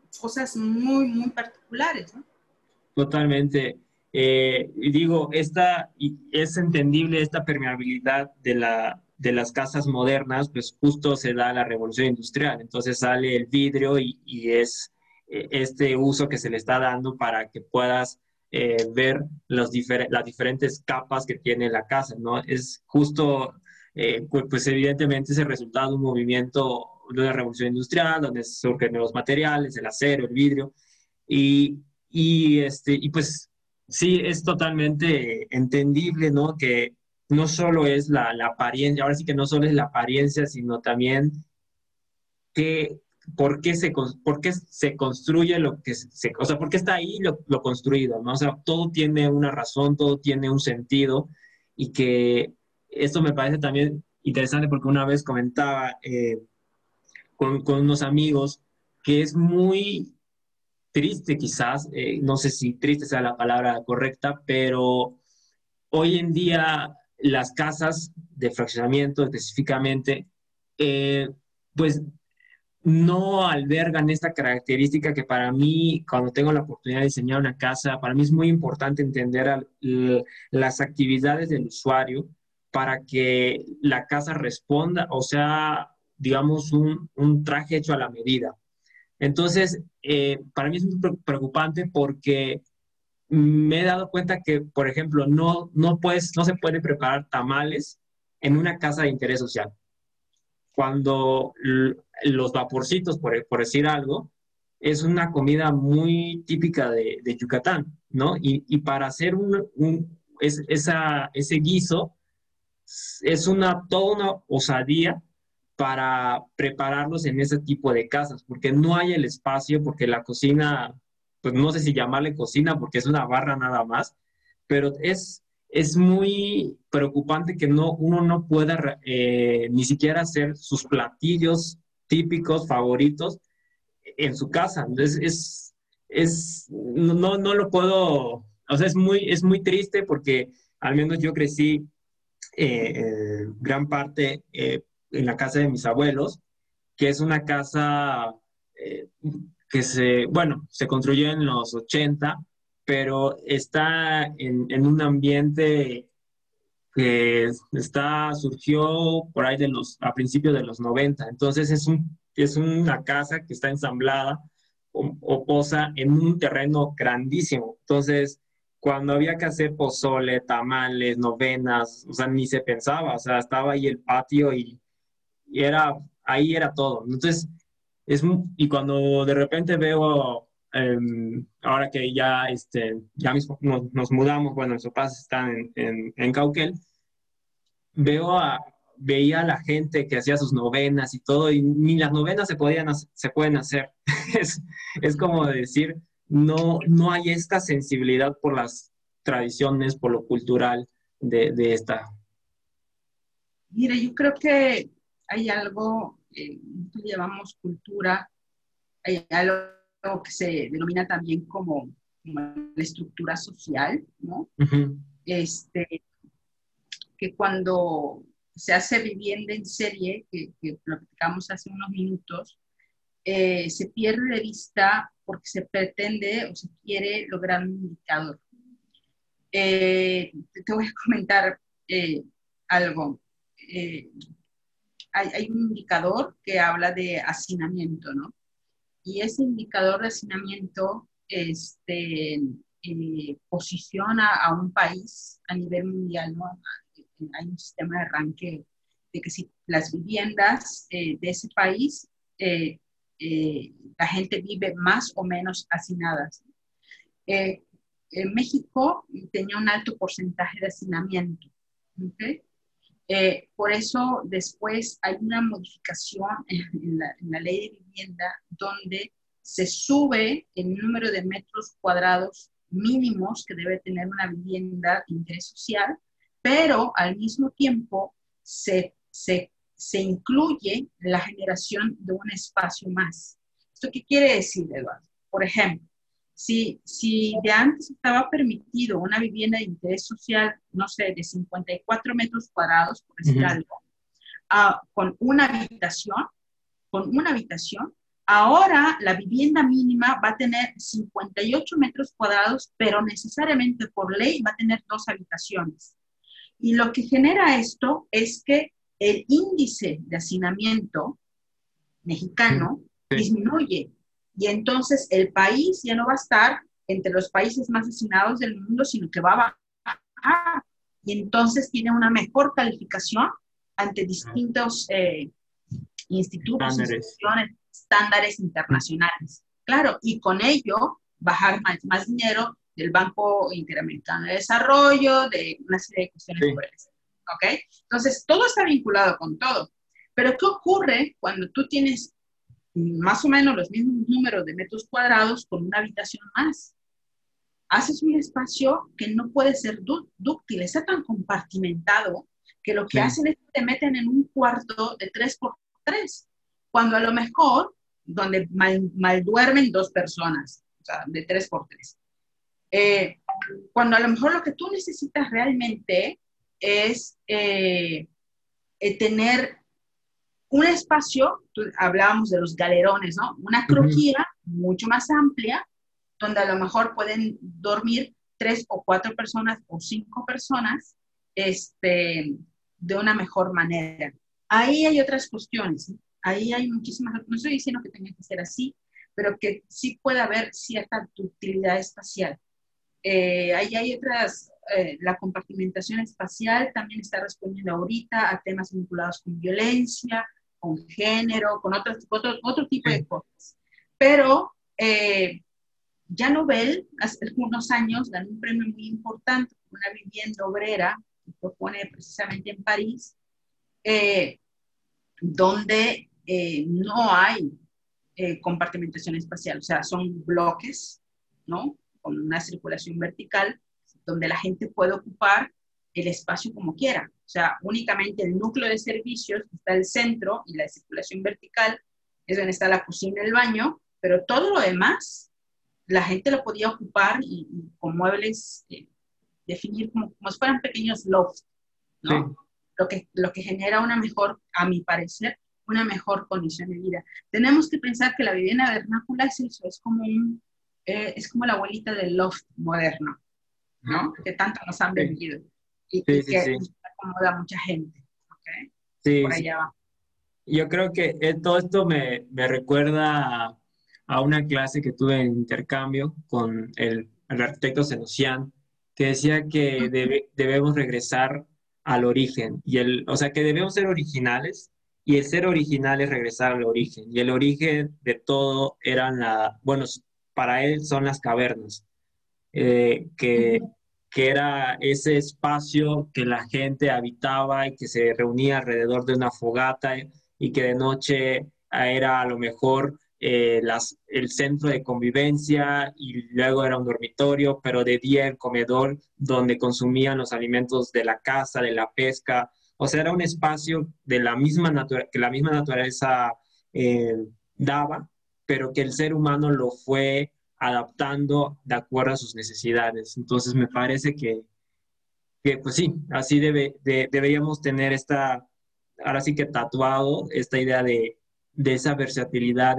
cosas muy, muy particulares, ¿no? Totalmente. Y digo, y es entendible esta permeabilidad de las casas modernas, pues justo se da la revolución industrial. Entonces sale el vidrio y es este uso que se le está dando para que puedas ver las diferentes capas que tiene la casa, ¿no? Es justo, pues evidentemente es el resultado de un movimiento de una revolución industrial, donde surgen nuevos materiales, el acero, el vidrio. Y, y pues sí, es totalmente entendible, ¿no? Que no solo es la apariencia, ahora sí que no solo es la apariencia, sino también que, por qué se construye lo que o sea, por qué está ahí lo construido, ¿no? O sea, todo tiene una razón, todo tiene un sentido y que esto me parece también interesante porque una vez comentaba con unos amigos que es muy triste quizás, no sé si triste sea la palabra correcta, pero hoy en día las casas de fraccionamiento específicamente, eh, pues no albergan esta característica que para mí, cuando tengo la oportunidad de diseñar una casa, para mí es muy importante entender las actividades del usuario para que la casa responda, o sea, digamos, un traje hecho a la medida. Entonces, para mí es muy preocupante porque me he dado cuenta que, por ejemplo, no se puede preparar tamales en una casa de interés social. Cuando los vaporcitos, por decir algo, es una comida muy típica de Yucatán, ¿no? Y para hacer ese guiso es toda una osadía para prepararlos en ese tipo de casas, porque no hay el espacio, porque la cocina, pues no sé si llamarle cocina, porque es una barra nada más, pero es muy preocupante que uno no pueda ni siquiera hacer sus platillos típicos, favoritos, en su casa. Entonces, no lo puedo, o sea, es muy triste porque al menos yo crecí gran parte en la casa de mis abuelos, que es una casa eh, bueno, se construyó en los 80, pero está en un ambiente que surgió por ahí a principios de los 90. Entonces es una casa que está ensamblada o posa en un terreno grandísimo. Entonces, cuando había que hacer pozole, tamales, novenas, o sea, ni se pensaba, o sea, estaba ahí el patio y ahí era todo. Entonces, y cuando de repente veo, ahora que ya, ya mismo nos mudamos, bueno, mis papás están en Cauquel, veía a la gente que hacía sus novenas y todo, y ni las novenas se pueden hacer. Es, es como decir, no hay esta sensibilidad por las tradiciones, por lo cultural de esta. Mira, yo creo que hay algo, nosotros llamamos cultura, hay algo que se denomina también como la estructura social, ¿no? Ujú. Este, que cuando se hace vivienda en serie, que platicamos hace unos minutos, se pierde de vista porque se pretende o se quiere lograr un indicador. Te voy a comentar algo. Eh, hay un indicador que habla de hacinamiento, ¿no? Y ese indicador de hacinamiento posiciona a un país a nivel mundial, ¿no? Hay un sistema de ranqueo de que si las viviendas de ese país, la gente vive más o menos hacinadas. Eh, México tenía un alto porcentaje de hacinamiento. ¿Okay? Por eso después hay una modificación en la ley de vivienda donde se sube el número de metros cuadrados mínimos que debe tener una vivienda de interés social, pero al mismo tiempo se incluye la generación de un espacio más. ¿Esto qué quiere decir, Eduardo? Por ejemplo, si de antes estaba permitido una vivienda de interés social, no sé, de 54 metros cuadrados, por decir Ujú. algo, con una habitación, Ahora la vivienda mínima va a tener 58 metros cuadrados, pero necesariamente por ley va a tener 2 habitaciones. Y lo que genera esto es que el índice de hacinamiento Mm, mexicano sí, disminuye. Y entonces el país ya no va a estar entre los países más hacinados del mundo, sino que va a bajar. Y entonces tiene una mejor calificación ante distintos institutos, estándares. instituciones, estándares Mm, internacionales. Claro, y con ello bajar más dinero del Banco Interamericano de Desarrollo, de una serie de cuestiones sí, por el estilo. ¿Ok? Entonces, todo está vinculado con todo. Pero, ¿qué ocurre cuando tú tienes más o menos los mismos números de metros cuadrados con una habitación más? Haces un espacio que no puede ser dúctil, está tan compartimentado que lo que sí, hacen es que te meten en un cuarto de 3 por 3, cuando a lo mejor, donde mal duermen 2 personas, o sea, de 3 por 3. Eh, Cuando a lo mejor lo que tú necesitas realmente es tener un espacio, hablábamos de los galerones, ¿no? Una ujú, crujía mucho más amplia, donde a lo mejor pueden dormir 3 o 4 personas o 5 personas, de una mejor manera. Ahí hay otras cuestiones, ¿no? Ahí hay muchísimas, no estoy diciendo que tenga que ser así, pero que sí puede haber cierta utilidad espacial. Ahí hay otras, la compartimentación espacial también está respondiendo ahorita a temas vinculados con violencia, con género, con otro tipo de sí, cosas. Pero ya Nobel, hace unos años, ganó un premio muy importante por una vivienda obrera que propone precisamente en París, eh, donde no hay compartimentación espacial, o sea, son bloques, ¿no? Con una circulación vertical, donde la gente puede ocupar el espacio como quiera. O sea, únicamente el núcleo de servicios está el centro y la circulación vertical es donde está la cocina y el baño, pero todo lo demás la gente lo podía ocupar y con muebles, definir como si fueran pequeños lofts, ¿no? sí. Lo que genera una mejor, a mi parecer, una mejor condición de vida. Tenemos que pensar que la vivienda vernácula es eso, es como la abuelita del loft moderno, ¿no? Que tanto nos han Sí, vendido y, sí, y sí, que sí, acomoda a mucha gente, ¿ok? sí, Por sí. allá va. Yo creo que todo esto me recuerda a una clase que tuve en intercambio con el arquitecto Senosian, que decía que debemos regresar al origen, o sea, que debemos ser originales, y el ser original es regresar al origen, y el origen de todo bueno, para él son las cavernas, eh, que, Ujú. que era ese espacio que la gente habitaba y que se reunía alrededor de una fogata, y que de noche era a lo mejor el centro de convivencia, y luego era un dormitorio, pero de día el comedor donde consumían los alimentos de la caza, de la pesca. O sea, era un espacio de que la misma naturaleza eh, daba, pero que el ser humano lo fue adaptando de acuerdo a sus necesidades. Entonces me parece pues sí, así deberíamos tener ahora sí que tatuado esta idea de esa versatilidad,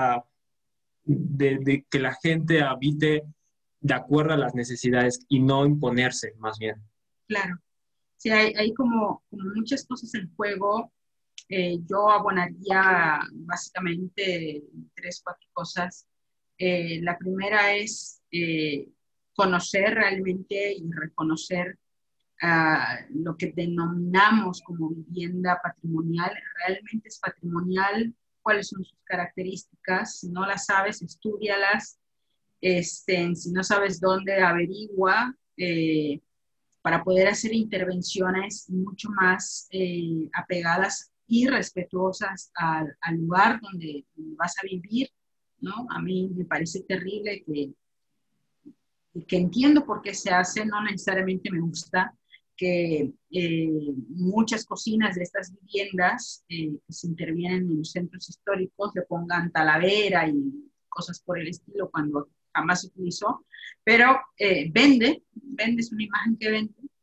de que la gente habite de acuerdo a las necesidades y no imponerse, más bien. Claro. Sí, hay como muchas cosas en juego. Yo abonaría básicamente 3, 4 cosas. La primera es conocer realmente y reconocer lo que denominamos como vivienda patrimonial. ¿Realmente es patrimonial? ¿Cuáles son sus características? Si no las sabes, estúdialas. Si no sabes dónde, averigua. Para poder hacer intervenciones mucho más apegadas y respetuosas al lugar donde vas a vivir, ¿no? A mí me parece terrible que entiendo por qué se hace, no necesariamente me gusta que muchas cocinas de estas viviendas que se intervienen en los centros históricos le pongan talavera y cosas por el estilo cuando jamás se utilizó, pero vende, es una imagen que vende,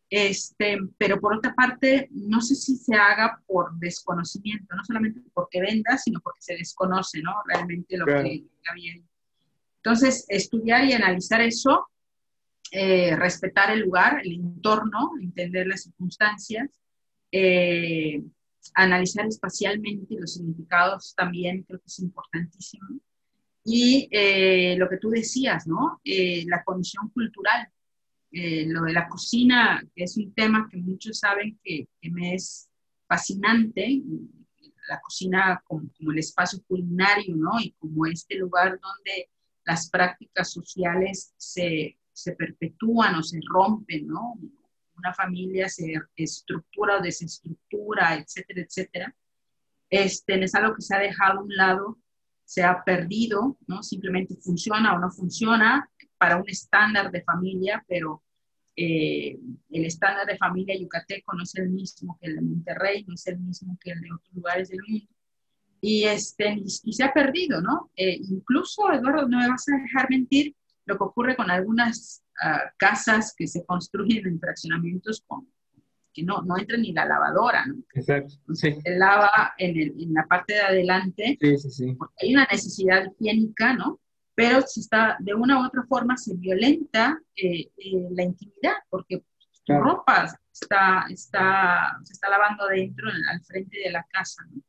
Pero por otra parte, no sé si se haga por desconocimiento, no solamente porque venda, sino porque se desconoce, ¿no? Realmente lo Claro. que había. Entonces, estudiar y analizar eso, respetar el lugar, el entorno, entender las circunstancias, eh, analizar espacialmente los significados también creo que es importantísimo. Y lo que tú decías, ¿no? La condición cultural, lo de la cocina, que es un tema que muchos saben que me es fascinante, la cocina como el espacio culinario, ¿no? Y como este lugar donde las prácticas sociales se perpetúan o se rompen, ¿no? Una familia se estructura o desestructura, etcétera, etcétera. Es algo que se ha dejado a un lado, se ha perdido, ¿no? Simplemente funciona o no funciona para un estándar de familia, pero el estándar de familia yucateco no es el mismo que el de Monterrey, no es el mismo que el de otros lugares del mundo. Y se ha perdido, ¿no? Incluso, Eduardo, no me vas a dejar mentir lo que ocurre con algunas casas que se construyen en fraccionamientos que no entra ni la lavadora, ¿no? Exacto, sí, Se lava en la parte de adelante, sí, sí, sí. porque hay una necesidad higiénica, ¿no? Pero se está, de una u otra forma se violenta la intimidad, porque tu Claro. ropa se está lavando dentro, al frente de la casa, ¿no?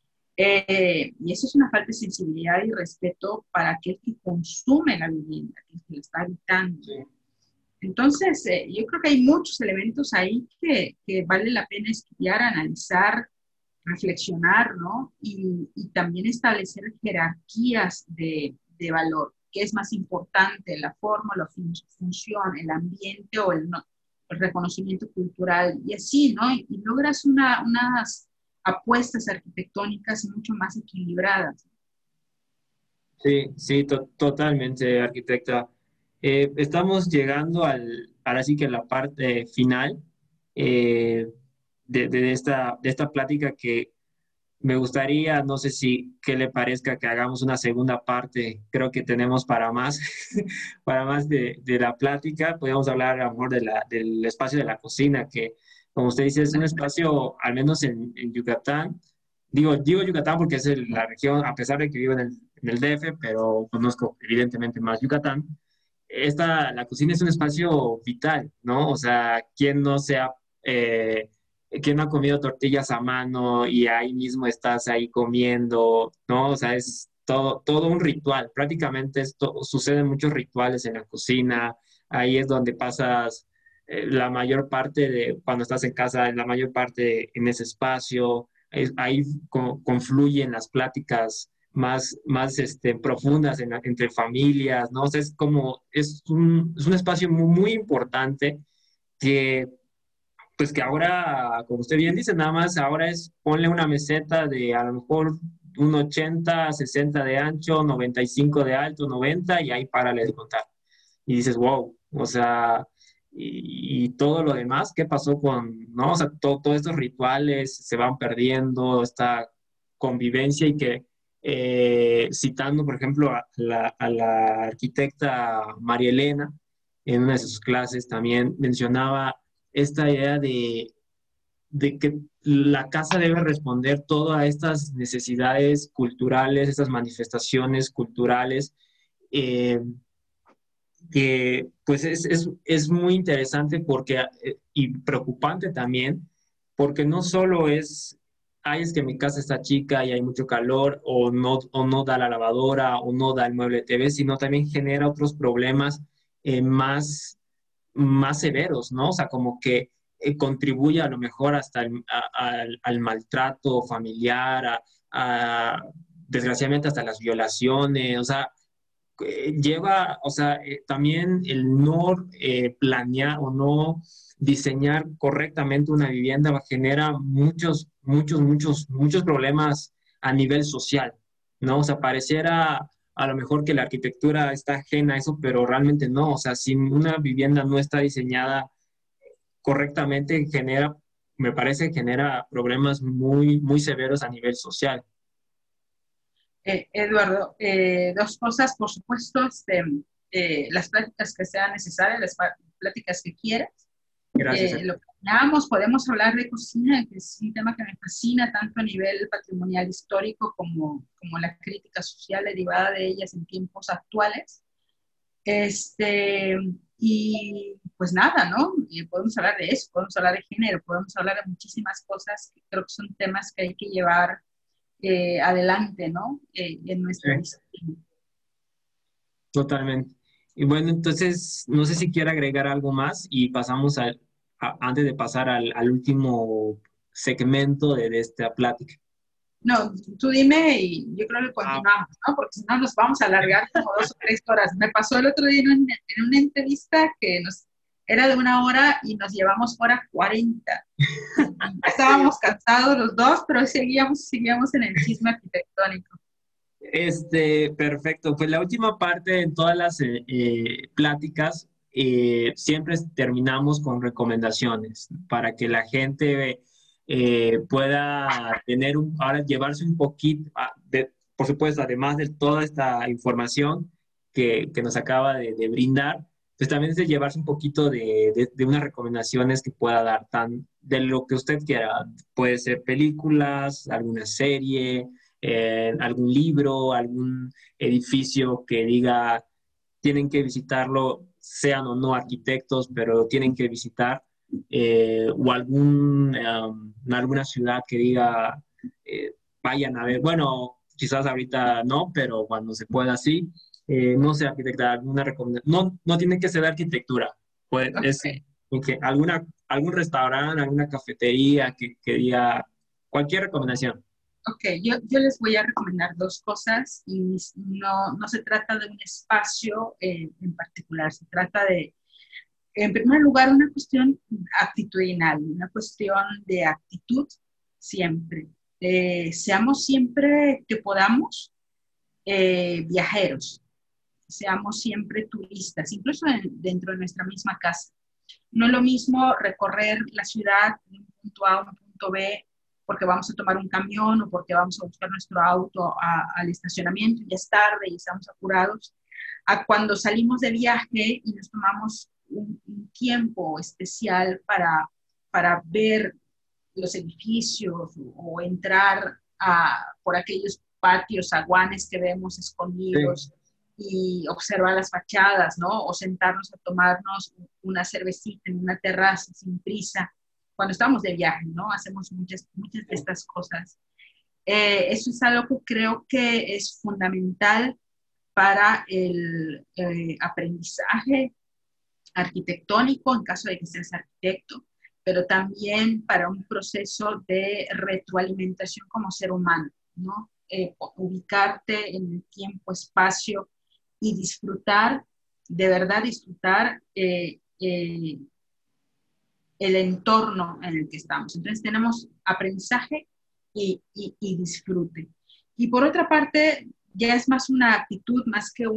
Y eso es una falta de sensibilidad y respeto para aquel que consume la vivienda, que la está habitando. Sí. Entonces, yo creo que hay muchos elementos ahí que vale la pena estudiar, analizar, reflexionar, ¿no? Y también establecer jerarquías de valor. ¿Qué es más importante? ¿La forma, la función, el ambiente o no, el reconocimiento cultural? Y así, ¿no? Y logras unas apuestas arquitectónicas mucho más equilibradas. Sí, sí, totalmente, arquitecta. Estamos llegando ahora sí que la parte final eh, de esta plática que me gustaría, no sé si qué le parezca que hagamos una segunda parte. Creo que tenemos para más, para más de la plática. Podríamos hablar a lo mejor del espacio de la cocina, que como usted dice, es un espacio, al menos en Yucatán. Digo Yucatán porque es la región, a pesar de que vivo en el DF, pero conozco evidentemente más Yucatán. La cocina es un espacio vital, ¿no? O sea, ¿quién no sea... ¿quién no ha comido tortillas a mano y ahí mismo estás ahí comiendo? ¿No? O sea, es todo un ritual. Prácticamente suceden muchos rituales en la cocina. Ahí es donde pasas la mayor parte de, cuando estás en casa, la mayor parte en ese espacio. Ahí confluyen las pláticas más profundas entre familias, ¿no? O sea, es un espacio muy, muy importante que pues que ahora, como usted bien dice, nada más ahora es ponle una meseta de a lo mejor un 80, 60 de ancho, 95 de alto, 90 y ahí párale de contar. Y dices, wow, o sea, y todo lo demás, ¿qué pasó con, no? O sea, todos estos rituales se van perdiendo, esta convivencia y que, citando, por ejemplo, a la arquitecta María Elena, en una de sus clases también mencionaba esta idea de que la casa debe responder todas estas necesidades culturales, estas manifestaciones culturales, eh, que pues es muy interesante porque, y preocupante también, porque no solo ay, es que mi casa está chica y hay mucho calor, o no da la lavadora, o no da el mueble de TV, sino también genera otros problemas más severos, ¿no? O sea, como que contribuye a lo mejor hasta al maltrato familiar, desgraciadamente hasta las violaciones, o sea, lleva, o sea, también el no planear o no diseñar correctamente una vivienda genera muchos, muchos, muchos, muchos problemas a nivel social, ¿no? O sea, pareciera a lo mejor que la arquitectura está ajena a eso, pero realmente no. O sea, si una vivienda no está diseñada correctamente, me parece, genera problemas muy, muy severos a nivel social. Eduardo, dos cosas, por supuesto, las pláticas que sean necesarias, las pláticas que quieras, Gracias. Lo planeamos, podemos hablar de cocina, que es un tema que me fascina tanto a nivel patrimonial histórico como la crítica social derivada de ellas en tiempos actuales. Este, y pues nada, ¿no? Podemos hablar de eso, podemos hablar de género, podemos hablar de muchísimas cosas que creo que son temas que hay que llevar adelante, ¿no? En Sí, nuestra disciplina. totalmente. Y bueno, entonces, no sé si quiere agregar algo más y pasamos antes de pasar al último segmento de esta plática. No, tú dime y yo creo que Ah, continuamos, ¿no? Porque si no nos vamos a alargar como 2 o 3 horas. Me pasó el otro día en una entrevista que era de 1 hora y nos llevamos hora 40. Estábamos cansados los dos, pero seguíamos en el chisme arquitectónico. Perfecto. Pues la última parte en todas las pláticas siempre terminamos con recomendaciones para que la gente pueda ahora llevarse un poquito, por supuesto, además de toda esta información que nos acaba de brindar, pues también es de llevarse un poquito de unas recomendaciones que pueda dar de lo que usted quiera. Puede ser películas, alguna serie, algún libro, algún edificio que diga tienen que visitarlo, sean o no arquitectos, pero tienen que visitar, o alguna ciudad que diga vayan a ver, bueno, quizás ahorita no, pero cuando se pueda sí. No sé, arquitecta, alguna recomendación. No, no tiene que ser de arquitectura, pues es Ok, que algún restaurante, alguna cafetería que diga cualquier recomendación. ok, yo les voy a recomendar 2 cosas y no se trata de un espacio en particular, se trata de, en primer lugar, una cuestión actitudinal, una cuestión de actitud siempre. Seamos siempre que podamos viajeros, seamos siempre turistas, incluso dentro de nuestra misma casa. No es lo mismo recorrer la ciudad de un punto A a un punto B porque vamos a tomar un camión o porque vamos a buscar nuestro auto al estacionamiento y ya es tarde y estamos apurados, a cuando salimos de viaje y nos tomamos un tiempo especial para ver los edificios o entrar por aquellos patios, aguanes que vemos Sí. escondidos y observar las fachadas, ¿no? O sentarnos a tomarnos una cervecita en una terraza sin prisa. Cuando estamos de viaje, ¿no? Hacemos muchas de estas cosas. Eso es algo que creo que es fundamental para el aprendizaje arquitectónico, en caso de que seas arquitecto, pero también para un proceso de retroalimentación como ser humano, ¿no? Ubicarte en el tiempo, espacio y disfrutar, de verdad disfrutar el entorno en el que estamos. Entonces tenemos aprendizaje y disfrute. Y por otra parte, ya es más una actitud, más que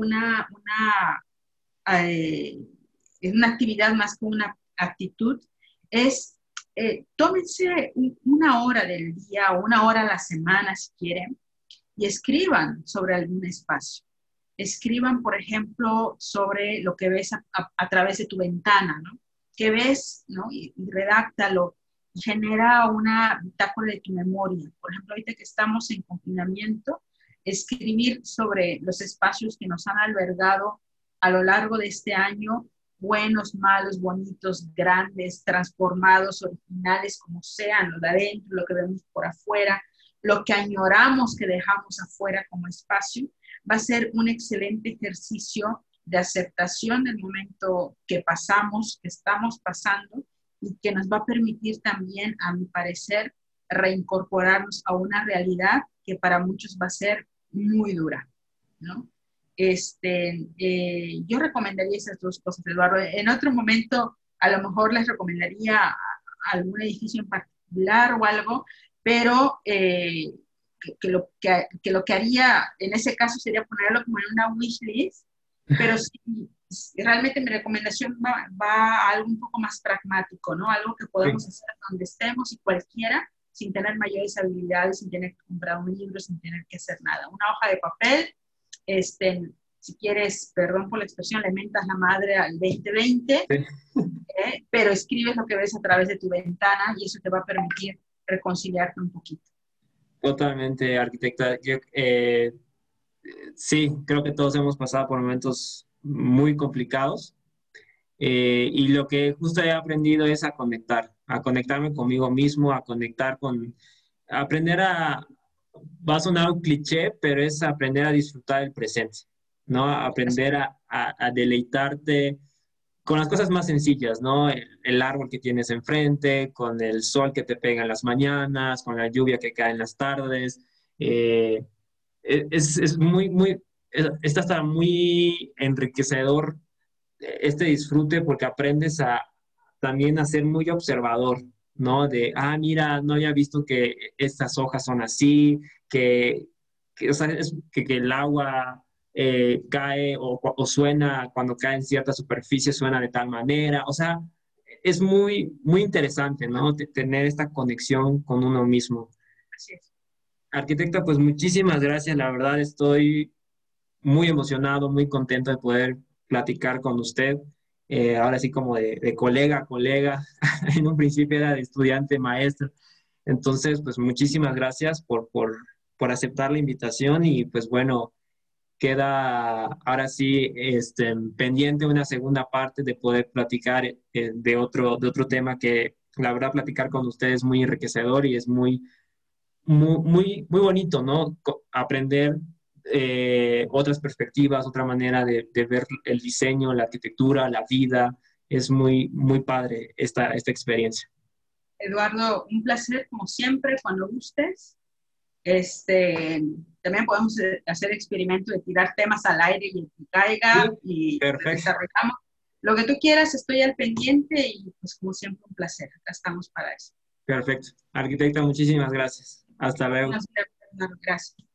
eh, es una actividad más que una actitud, es tómense 1 hora del día o 1 hora a la semana si quieren y escriban sobre algún espacio. Escriban, por ejemplo, sobre lo que ves a través de tu ventana, ¿no? ¿Qué ves? ¿No? Y redáctalo y genera una bitácora de tu memoria. Por ejemplo, ahorita que estamos en confinamiento, escribir sobre los espacios que nos han albergado a lo largo de este año, buenos, malos, bonitos, grandes, transformados, originales, como sean, lo de adentro, lo que vemos por afuera, lo que añoramos que dejamos afuera como espacio, va a ser un excelente ejercicio de aceptación del momento que pasamos, que estamos pasando, y que nos va a permitir también, a mi parecer, reincorporarnos a una realidad que para muchos va a ser muy dura, ¿no? Yo recomendaría esas 2 cosas, Eduardo. En otro momento, a lo mejor les recomendaría algún edificio en particular o algo, pero que lo que haría en ese caso sería ponerlo como en una wish list, pero si realmente mi recomendación va a algo un poco más pragmático, ¿no? Algo que podamos Sí. hacer donde estemos y cualquiera, sin tener mayores habilidades, sin tener que comprar un libro, sin tener que hacer nada. Una hoja de papel, si quieres, perdón por la expresión, le mentas la madre al 2020, Sí. pero escribes lo que ves a través de tu ventana y eso te va a permitir reconciliarte un poquito. Totalmente, arquitecta. Sí, creo que todos hemos pasado por momentos muy complicados. Y lo que justo he aprendido es a conectarme conmigo mismo, a aprender va a sonar un cliché, pero es aprender a disfrutar el presente, ¿no? Aprender a deleitarte con las cosas más sencillas, ¿no? El árbol que tienes enfrente, con el sol que te pega en las mañanas, con la lluvia que cae en las tardes. Eh, es está hasta muy enriquecedor este disfrute porque aprendes también a ser muy observador, ¿no? Mira, no había visto que estas hojas son así, o sea, que el agua cae o suena cuando cae en cierta superficie, suena de tal manera, o sea, es muy interesante, ¿no? Tener esta conexión con uno mismo. Así es. Arquitecta, pues muchísimas gracias, la verdad estoy muy emocionado, muy contento de poder platicar con usted. Ahora sí como de colega a colega, en un principio era de estudiante maestro. Entonces, pues muchísimas gracias por aceptar la invitación y pues bueno, queda ahora sí pendiente una segunda parte de poder platicar de otro tema que la verdad platicar con ustedes es muy enriquecedor y es muy bonito, ¿no? Aprender otras perspectivas, otra manera de ver el diseño, la arquitectura, la vida. Es muy padre esta experiencia. Eduardo, un placer como siempre, cuando gustes. También podemos hacer experimento de tirar temas al aire y el que caiga Sí, y perfecto, desarrollamos lo que tú quieras, estoy al pendiente y pues como siempre un placer, acá estamos para eso. perfecto. Arquitecta, muchísimas gracias. Hasta luego. Gracias.